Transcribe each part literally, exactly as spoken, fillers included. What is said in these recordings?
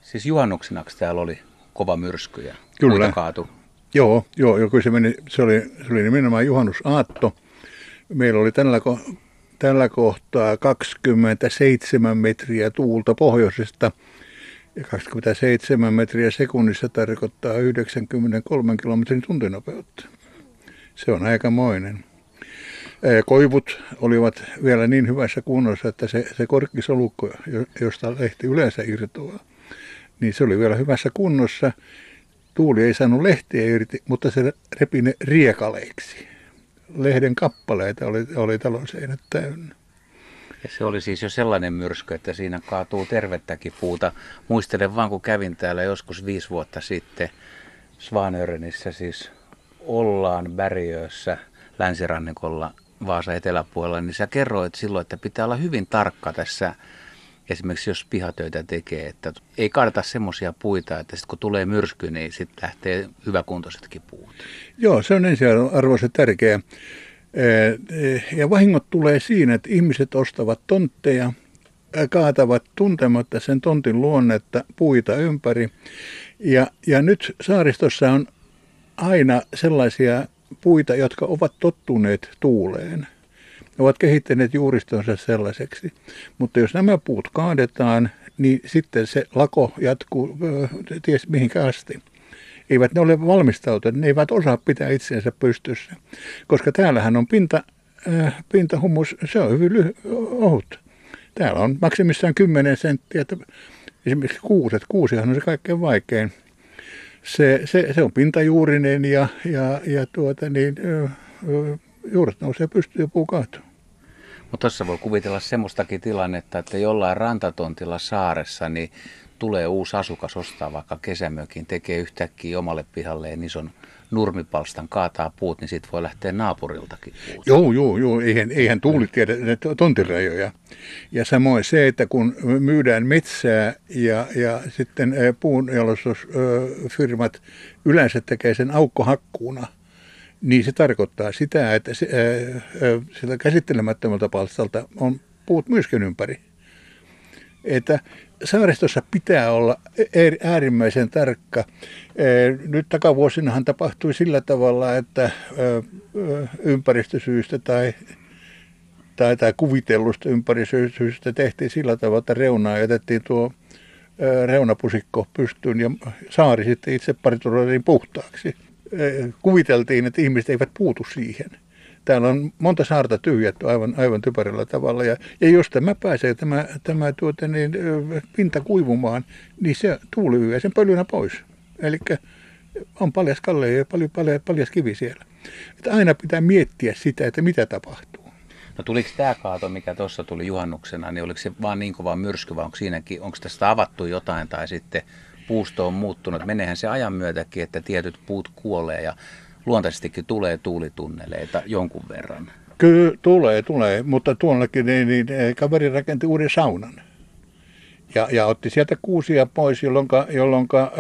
Siis juhannuksenaksi täällä oli kova myrsky ja Kyllä. puita kaatui. Joo, joo, joo, kyllä se, meni, se, oli, se oli nimenomaan juhannusaatto. Meillä oli tällä, tällä kohtaa kaksikymmentäseitsemän metriä tuulta pohjoisesta ja kaksikymmentäseitsemän metriä sekunnissa tarkoittaa yhdeksänkymmentäkolme kilometrin tuntinopeutta. Se on aikamoinen. Koivut olivat vielä niin hyvässä kunnossa, että se, se korkkisolukko, josta lehti yleensä irtoaa, niin se oli vielä hyvässä kunnossa. Tuuli ei saanut lehtiä irti, mutta se repi ne riekaleiksi. Lehden kappaleita oli, oli talon seinät täynnä. Ja se oli siis jo sellainen myrsky, että siinä kaatuu tervettäkin puuta. Muistelen vaan, kun kävin täällä joskus viisi vuotta sitten Svanörenissä, siis ollaan Bergössä länsirannikolla Vaasa eteläpuolella, niin sä kerroit silloin, että pitää olla hyvin tarkka tässä, esimerkiksi jos pihatöitä tekee, että ei kaadeta semmoisia puita, että sitten kun tulee myrsky, niin sitten lähtee hyväkuntoisetkin puut. Joo, se on ensiarvoisen tärkeää. Ja vahingot tulee siinä, että ihmiset ostavat tontteja, kaatavat tuntematta sen tontin luonnetta puita ympäri. Ja, ja nyt saaristossa on aina sellaisia puita, jotka ovat tottuneet tuuleen. Ne ovat kehittäneet juuristonsa sellaiseksi. Mutta jos nämä puut kaadetaan, niin sitten se lako jatkuu ties mihinkä asti. Eivät ne ole valmistautuneet, ne eivät osaa pitää itseensä pystyssä. Koska täällähän on pinta, äh, pintahumus, se on hyvin lyhy- ohut. Täällä on maksimissaan kymmenen senttiä. Että esimerkiksi kuuset, kuusihan on se kaikkein vaikein. Se, se, se on pintajuurinen ja, ja, ja tuota niin, ö, ö, juuret nousee pystyyn ja puu kaatuu. Mutta tuossa voi kuvitella semmoistakin tilannetta, että jollain rantatontilla saaressa niin tulee uusi asukas ostaa vaikka kesämökin, tekee yhtäkkiä omalle pihalleen ison nurmipalstan, kaataa puut, niin siitä voi lähteä naapuriltakin puut. Joo, joo, joo. Eihän, eihän tuuli tiedä tontirajoja. Ja samoin se, että kun myydään metsää ja, ja sitten puunjalostusfirmat yleensä tekee sen aukkohakkuuna, niin se tarkoittaa sitä, että se, ää, sillä käsittelemättömältä palstalta on puut myöskin ympäri. Että saaristossa pitää olla äärimmäisen tarkka. Nyt takavuosinahan tapahtui sillä tavalla, että ympäristösyistä tai, tai, tai kuvitellusta ympäristösyistä tehtiin sillä tavalla, että reunaa jätettiin tuo reunapusikko pystyyn ja saari sitten itse parituroitiin puhtaaksi. Kuviteltiin, että ihmiset eivät puutu siihen. Täällä on monta saarta tyhjätty aivan, aivan typerällä tavalla. Ja, ja jos tämä pääsee tämä, tämä tuota, niin, pinta kuivumaan, niin se tuuli vie sen pölynä pois. Eli on paljas kalleja ja paljon, paljon, paljas kivi siellä. Että aina pitää miettiä sitä, että mitä tapahtuu. No tuliko tämä kaato, mikä tuossa tuli juhannuksena, niin oliko se vaan niin kova myrsky, vai onko siinäkin, onko tästä avattu jotain tai sitten puusto on muuttunut? Menehän se ajan myötäkin, että tietyt puut kuolee ja luontaisestikin tulee tuulitunneleita jonkun verran. Kyllä tulee, tulee, mutta tuollakin niin, niin, kaveri rakenti uuden saunan ja, ja otti sieltä kuusia pois, jolloin, jolloin ää,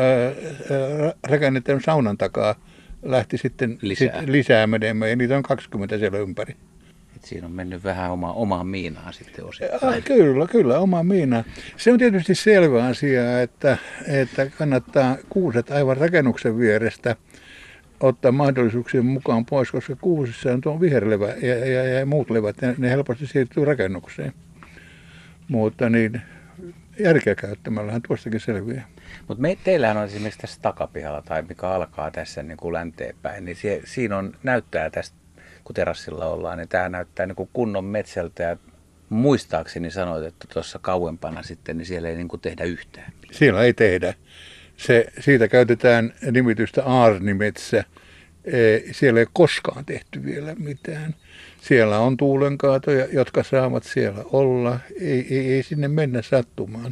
rakennetun saunan takaa lähti sitten lisää, sit lisää menemään ja niitä on kaksikymmentä siellä ympäri. Et siinä on mennyt vähän oma, omaan miinaan sitten osittain. Ja, kyllä, kyllä, oma miina. Se on tietysti selvä asia, että, että kannattaa kuuset aivan rakennuksen vierestä ottaa mahdollisuuksien mukaan pois, koska kuusissa on tuo viherlevä ja, ja, ja muut levät, ne, ne helposti siirtyy rakennukseen. Mutta niin, järkeä käyttämällähän tuostakin selviää. Mutta teillähän on esimerkiksi tässä takapihalla, tai mikä alkaa tässä niin kuin länteenpäin, niin sie, siinä on, näyttää tästä, kun terassilla ollaan, niin tämä näyttää niin kuin kunnon metsältä, ja muistaakseni sanoit, että tuossa kauempana sitten, niin siellä ei niin kuin tehdä yhtään. Siellä ei tehdä. Se, siitä käytetään nimitystä aarnimetsä. Siellä ei koskaan tehty vielä mitään. Siellä on tuulenkaatoja, jotka saavat siellä olla. Ei, ei, ei sinne mennä sattumaan.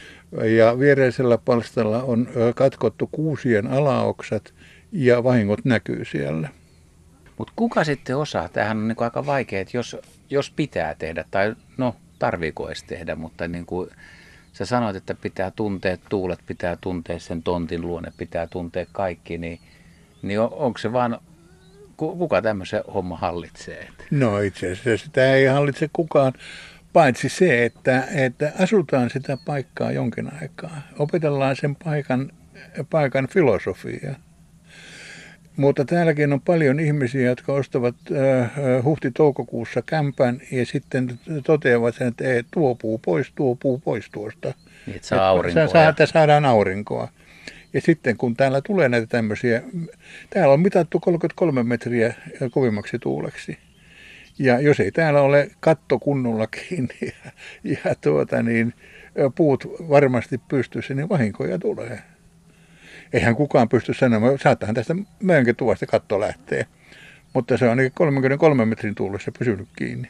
Ja viereisellä palstalla on katkottu kuusien alaoksat ja vahingot näkyy siellä. Mutta kuka sitten osaa? Tämähän on niinku aika vaikea, että jos, jos pitää tehdä, tai no tarviiko edes tehdä, mutta niin kuin sä sanoit, että pitää tuntea tuulet, pitää tuntea sen tontin luonne, pitää tuntea kaikki, niin, niin on, onko se vaan, kuka tämmöisen homma hallitsee? No itse asiassa sitä ei hallitse kukaan, Paitsi se, että, että asutaan sitä paikkaa jonkin aikaa. Opetellaan sen paikan, paikan filosofiaa. Mutta täälläkin on paljon ihmisiä, jotka ostavat äh, huhti-toukokuussa kämpän ja sitten toteavat sen, että ei, tuo puu pois, tuo puu pois tuosta. Niin, että saa aurinkoa. Saa, että saadaan aurinkoa. Ja sitten kun täällä tulee näitä tämmöisiä, täällä on mitattu kolmekymmentäkolme metriä kovimmaksi tuuleksi. Ja jos ei täällä ole katto kunnolla kiinni ja, ja tuota niin, puut varmasti pystyssä, niin vahinkoja tulee. Eihän kukaan pysty sanomaan, saattahan tästä möönkin tuvasta katto lähtee, mutta se on ainakin kolmekymmentäkolme metrin tuulessa pysynyt kiinni.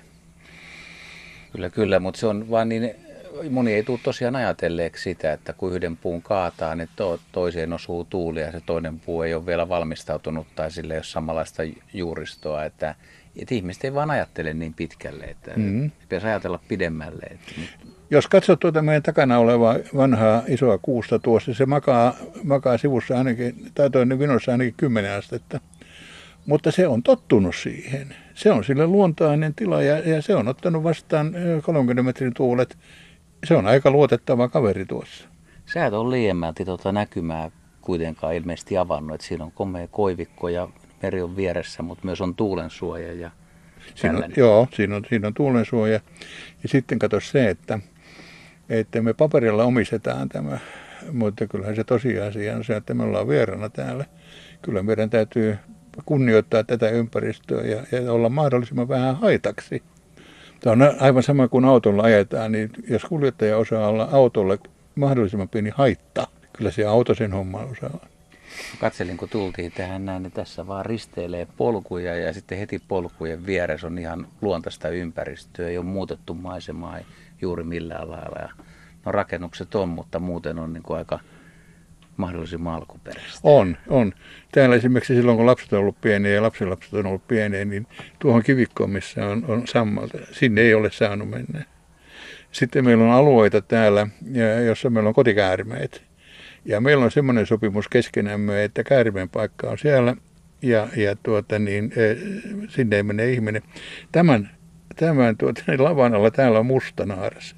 Kyllä, kyllä, mutta se on vaan niin, moni ei tule tosiaan ajatelleeksi sitä, että kun yhden puun kaataa, niin to, toiseen osuu tuuli ja se toinen puu ei ole vielä valmistautunut tai sille ei ole samanlaista juuristoa, että, että ihmiset ei vaan ajattele niin pitkälle, että mm-hmm. pitäisi ajatella pidemmälle. Että, jos katsot tuota meidän takana olevaa vanhaa isoa kuusta tuossa, se makaa, makaa sivussa ainakin, tai toinen vinossa ainakin kymmenen astetta. Mutta se on tottunut siihen. Se on sille luontainen tila ja, ja se on ottanut vastaan kolmenkymmenen metrin tuulet. Se on aika luotettava kaveri tuossa. Sä et ole liiemmälti tuota näkymää kuitenkaan ilmeisesti avannut, että siinä on komea koivikko ja meri on vieressä, mutta myös on tuulensuoja ja siinä on, joo, siinä on, siinä on tuulensuoja. Ja sitten katso se, että, että me paperilla omistetaan tämä, mutta kyllähän se tosiasia on se, että me ollaan vieraana täällä. Kyllä meidän täytyy kunnioittaa tätä ympäristöä ja, ja olla mahdollisimman vähän haitaksi. Tämä on aivan sama kuin autolla ajetaan, niin jos kuljettaja osaa olla autolle mahdollisimman pieni haitta, kyllä se auto sen homman osaa. Katselin, kun tultiin tähän näin, niin tässä vaan risteilee polkuja ja sitten heti polkujen vieressä on ihan luontaista ympäristöä. Ei ole muutettu maisemaa juuri millään lailla. Ja no rakennukset on, mutta muuten on niin kuin aika mahdollisimman alkuperäistä. On, on. Täällä esimerkiksi silloin, kun lapset on ollut pieniä ja lapsenlapset on ollut pieniä, niin tuohon kivikkoon, missä on, on sammalta, sinne ei ole saanut mennä. Sitten meillä on alueita täällä, jossa meillä on kotikäärmeet. Ja meillä on semmoinen sopimus keskenämme, että käärmeen paikka on siellä ja, ja tuota niin, sinne ei mene ihminen. Tämän, tämän tuota, niin lavan alla täällä on mustanaaras.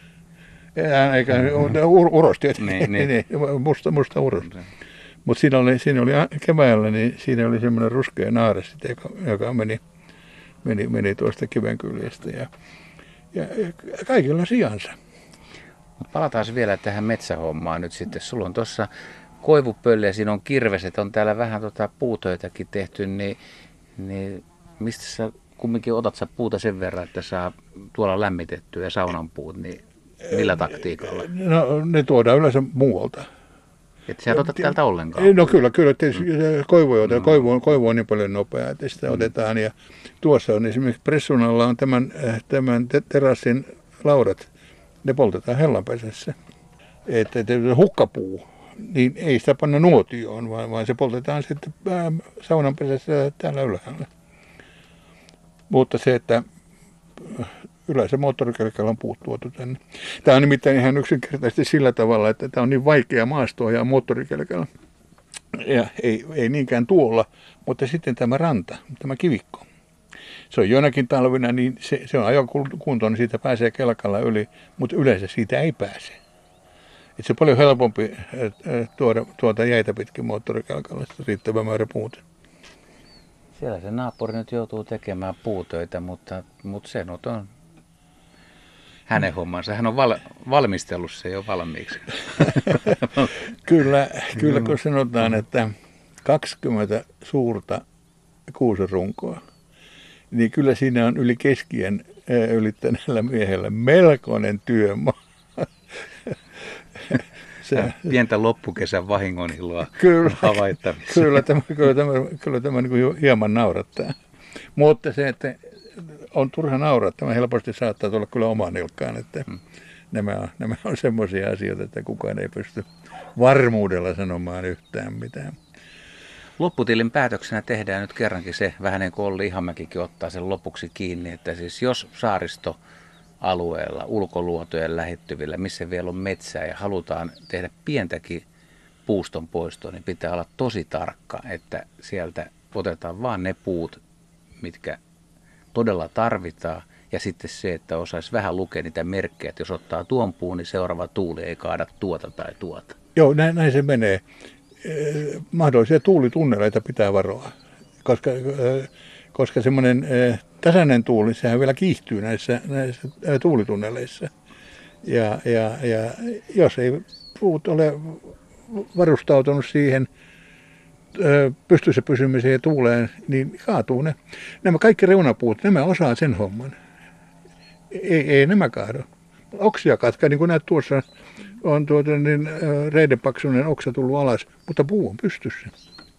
Eikä ur, uros tietysti, niin, niin. musta, musta uros. Mutta siinä oli, siinä oli keväällä, niin siinä oli semmoinen ruskea naaras, joka, joka meni, meni, meni tuosta kivenkyljestä ja, ja kaikilla sijansa. Palataan vielä tähän metsähommaan nyt sitten. Sulla on tuossa koivupölle ja siinä on kirveset, on täällä vähän tota puutöitäkin tehty, niin, niin mistä sä kumminkin otat sä puuta sen verran, että saa tuolla lämmitettyä ja saunanpuut, niin millä taktiikalla? No ne tuodaan yleensä muualta. Että sä et ota täältä ollenkaan? No kyllä, kyllä. Koivu, mm. koivu, on, koivu on niin paljon nopeaa, että sitä mm. otetaan. Ja tuossa on esimerkiksi pressun alla on tämän, tämän terassin laudat. Ne poltetaan hellanpesässä. Että, että hukkapuu, niin ei sitä panna nuotioon, vaan, vaan se poltetaan sitten saunanpesässä täällä ylhäällä. Mutta se, että yleensä moottorikelkalla on puut tuotu tänne. Tämä on nimittäin ihan yksinkertaisesti sillä tavalla, että tämä on niin vaikea maasto ajaa moottorikelkalla. Ja ei, ei niinkään tuolla, mutta sitten tämä ranta, tämä kivikko. Se on joinakin talvina, niin se, se on ajokunto, niin siitä pääsee kelkalla yli, mutta yleensä siitä ei pääse. Et se on paljon helpompi tuoda tuota jäitä pitkin moottorikelkalla, riittävä määrä puuta. Siellä se naapuri nyt joutuu tekemään puutöitä, mutta, mutta se nyt on hänen hommansa. Hän on val, valmistellut se jo valmiiksi. kyllä, kyllä, kun sanotaan, että kaksikymmentä suurta kuusenrunkoa, niin kyllä siinä on yli keskien ylittäneellä miehellä melkoinen työmaa. Se, pientä loppukesän vahingonilua kyllä, havaittavissa. Kyllä tämä, kyllä tämä, kyllä tämä niin kuin hieman naurattaa. Mutta se, että on turha nauraa, tämä helposti saattaa tulla kyllä omaan nilkkaan. Että hmm. nämä on, nämä on semmoisia asioita, että kukaan ei pysty varmuudella sanomaan yhtään mitään. Lopputilin päätöksenä tehdään nyt kerrankin se, vähän niin kuin Olli Ihamäkikin ottaa sen lopuksi kiinni, että siis jos saaristo alueella, ulkoluotojen lähettyvillä, missä vielä on metsää ja halutaan tehdä pientäkin puuston poistoa, niin pitää olla tosi tarkka, että sieltä otetaan vaan ne puut, mitkä todella tarvitaan Ja sitten se, että osaisi vähän lukea niitä merkkejä, että jos ottaa tuon puun, niin seuraava tuuli ei kaada tuota tai tuota. Joo, näin, näin se menee. Eh, mahdollisia tuulitunneleita pitää varoa, koska, eh, koska semmoinen eh, tasainen tuuli, sehän vielä kiihtyy näissä, näissä eh, tuulitunneleissa. Ja, ja, ja jos ei puut ole varustautunut siihen eh, pystyssä pysymiseen ja tuuleen, niin kaatuu ne. Nämä kaikki reunapuut, nämä osaa sen homman. Ei, ei nämä kaadu. Oksia katkaa, niin kuin näet tuossa on tuota, niin, reidenpaksuinen oksa tullut alas, mutta puu on pystyssä.